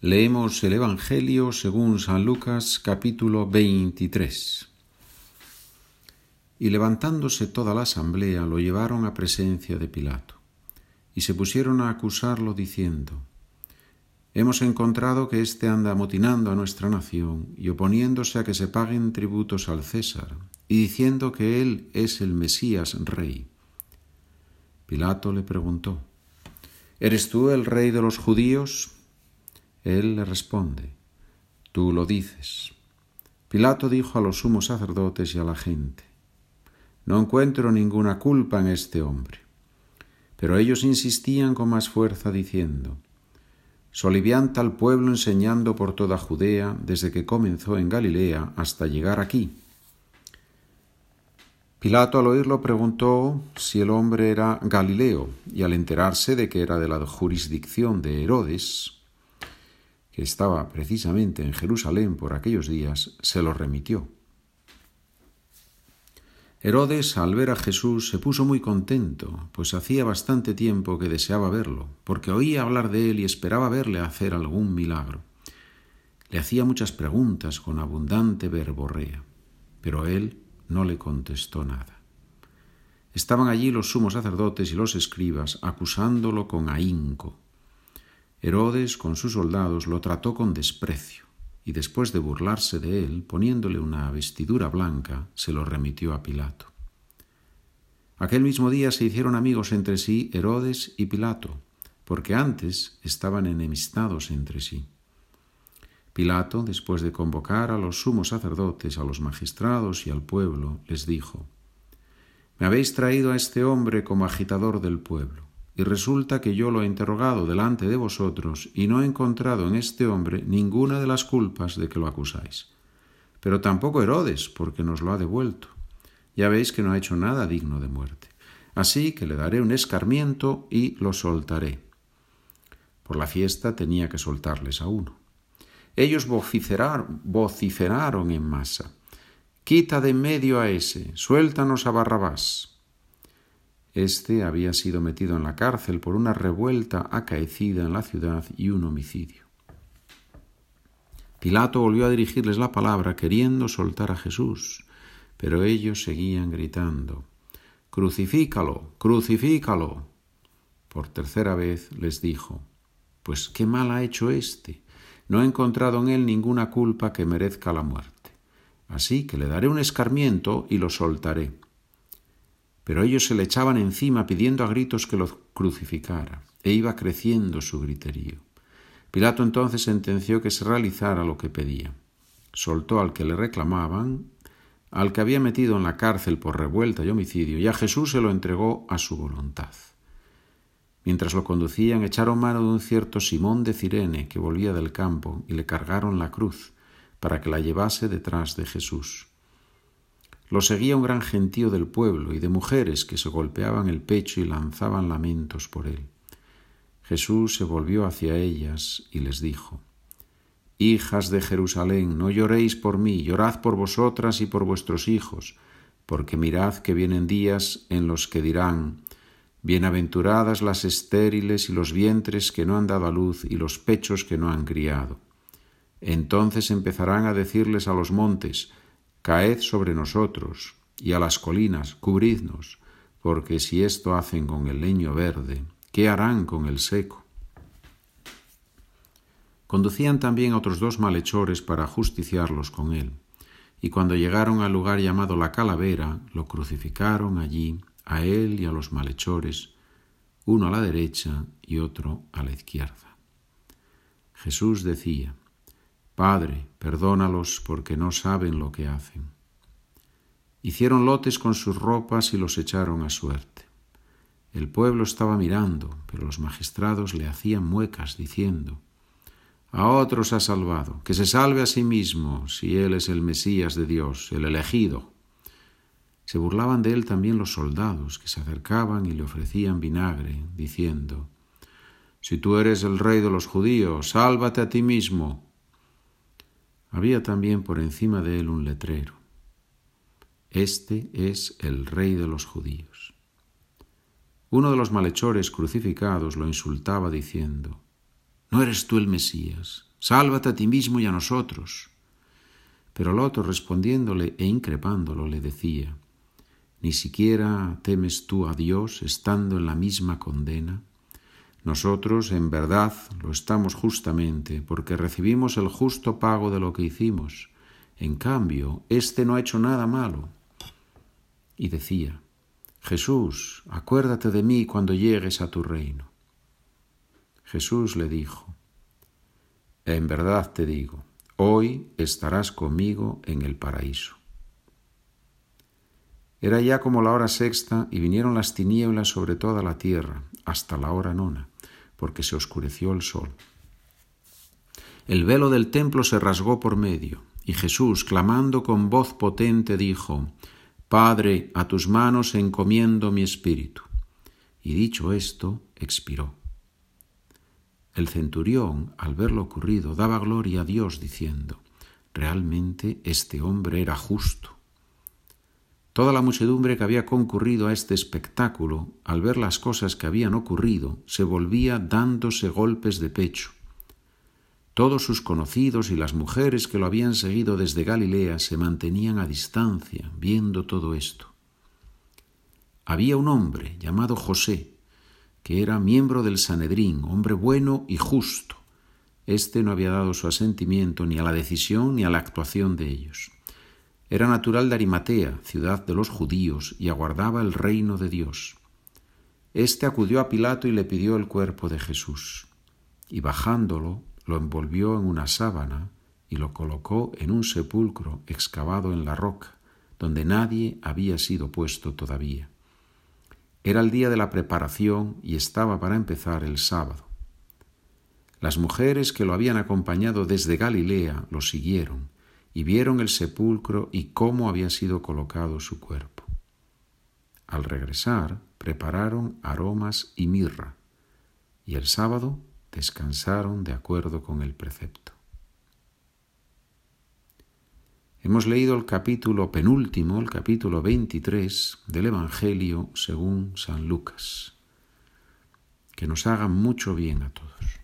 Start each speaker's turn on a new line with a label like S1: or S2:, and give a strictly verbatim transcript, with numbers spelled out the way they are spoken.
S1: Leemos el Evangelio según San Lucas, capítulo veintitrés. Y levantándose toda la asamblea, lo llevaron a presencia de Pilato, y se pusieron a acusarlo diciendo: Hemos encontrado que éste anda amotinando a nuestra nación y oponiéndose a que se paguen tributos al César, y diciendo que él es el Mesías rey. Pilato le preguntó: ¿Eres tú el rey de los judíos? Él le responde: Tú lo dices. Pilato dijo a los sumos sacerdotes y a la gente: No encuentro ninguna culpa en este hombre. Pero ellos insistían con más fuerza diciendo: Solivianta al pueblo enseñando por toda Judea, desde que comenzó en Galilea hasta llegar aquí. Pilato al oírlo preguntó si el hombre era Galileo, y al enterarse de que era de la jurisdicción de Herodes, que estaba precisamente en Jerusalén por aquellos días, se lo remitió. Herodes, al ver a Jesús, se puso muy contento, pues hacía bastante tiempo que deseaba verlo, porque oía hablar de él y esperaba verle hacer algún milagro. Le hacía muchas preguntas con abundante verborrea, pero él no le contestó nada. Estaban allí los sumos sacerdotes y los escribas, acusándolo con ahínco. Herodes, con sus soldados, lo trató con desprecio, y después de burlarse de él, poniéndole una vestidura blanca, se lo remitió a Pilato. Aquel mismo día se hicieron amigos entre sí Herodes y Pilato, porque antes estaban enemistados entre sí. Pilato, después de convocar a los sumos sacerdotes, a los magistrados y al pueblo, les dijo: Me habéis traído a este hombre como agitador del pueblo. Y resulta que yo lo he interrogado delante de vosotros y no he encontrado en este hombre ninguna de las culpas de que lo acusáis. Pero tampoco Herodes, porque nos lo ha devuelto. Ya veis que no ha hecho nada digno de muerte. Así que le daré un escarmiento y lo soltaré. Por la fiesta tenía que soltarles a uno. Ellos vociferaron, vociferaron en masa: Quita de en medio a ese, suéltanos a Barrabás. Este había sido metido en la cárcel por una revuelta acaecida en la ciudad y un homicidio. Pilato volvió a dirigirles la palabra queriendo soltar a Jesús, pero ellos seguían gritando: «Crucifícalo, crucifícalo». Por tercera vez les dijo: «Pues qué mal ha hecho éste. No he encontrado en él ninguna culpa que merezca la muerte. Así que le daré un escarmiento y lo soltaré». Pero ellos se le echaban encima pidiendo a gritos que lo crucificara, e iba creciendo su griterío. Pilato entonces sentenció que se realizara lo que pedía. Soltó al que le reclamaban, al que había metido en la cárcel por revuelta y homicidio, y a Jesús se lo entregó a su voluntad. Mientras lo conducían, echaron mano de un cierto Simón de Cirene, que volvía del campo, y le cargaron la cruz, para que la llevase detrás de Jesús. Lo seguía un gran gentío del pueblo y de mujeres que se golpeaban el pecho y lanzaban lamentos por él. Jesús se volvió hacia ellas y les dijo: «Hijas de Jerusalén, no lloréis por mí, llorad por vosotras y por vuestros hijos, porque mirad que vienen días en los que dirán: Bienaventuradas las estériles y los vientres que no han dado a luz y los pechos que no han criado. Entonces empezarán a decirles a los montes: Caed sobre nosotros, y a las colinas, cubridnos, porque si esto hacen con el leño verde, ¿qué harán con el seco?». Conducían también a otros dos malhechores para justiciarlos con él, y cuando llegaron al lugar llamado la Calavera, lo crucificaron allí, a él y a los malhechores, uno a la derecha y otro a la izquierda. Jesús decía: «Padre, perdónalos porque no saben lo que hacen». Hicieron lotes con sus ropas y los echaron a suerte. El pueblo estaba mirando, pero los magistrados le hacían muecas diciendo: «A otros ha salvado, que se salve a sí mismo, si él es el Mesías de Dios, el elegido». Se burlaban de él también los soldados, que se acercaban y le ofrecían vinagre, diciendo: «Si tú eres el rey de los judíos, sálvate a ti mismo». Había también por encima de él un letrero: «Este es el rey de los judíos». Uno de los malhechores crucificados lo insultaba diciendo: ¿No eres tú el Mesías? Sálvate a ti mismo y a nosotros. Pero el otro, respondiéndole e increpándolo, le decía: ¿Ni siquiera temes tú a Dios estando en la misma condena? Nosotros, en verdad, lo estamos justamente, porque recibimos el justo pago de lo que hicimos. En cambio, éste no ha hecho nada malo. Y decía: Jesús, acuérdate de mí cuando llegues a tu reino. Jesús le dijo: En verdad te digo, hoy estarás conmigo en el paraíso. Era ya como la hora sexta, y vinieron las tinieblas sobre toda la tierra, hasta la hora nona, porque se oscureció el sol. El velo del templo se rasgó por medio, y Jesús, clamando con voz potente, dijo: Padre, a tus manos encomiendo mi espíritu. Y dicho esto, expiró. El centurión, al ver lo ocurrido, daba gloria a Dios, diciendo: Realmente este hombre era justo. Toda la muchedumbre que había concurrido a este espectáculo, al ver las cosas que habían ocurrido, se volvía dándose golpes de pecho. Todos sus conocidos y las mujeres que lo habían seguido desde Galilea se mantenían a distancia, viendo todo esto. Había un hombre llamado José, que era miembro del Sanedrín, hombre bueno y justo. Este no había dado su asentimiento ni a la decisión ni a la actuación de ellos. Era natural de Arimatea, ciudad de los judíos, y aguardaba el reino de Dios. Este acudió a Pilato y le pidió el cuerpo de Jesús, y bajándolo, lo envolvió en una sábana y lo colocó en un sepulcro excavado en la roca, donde nadie había sido puesto todavía. Era el día de la preparación y estaba para empezar el sábado. Las mujeres que lo habían acompañado desde Galilea lo siguieron y vieron el sepulcro y cómo había sido colocado su cuerpo. Al regresar, prepararon aromas y mirra, y el sábado descansaron de acuerdo con el precepto. Hemos leído el capítulo penúltimo, el capítulo veintitrés del Evangelio según San Lucas. Que nos haga mucho bien a todos.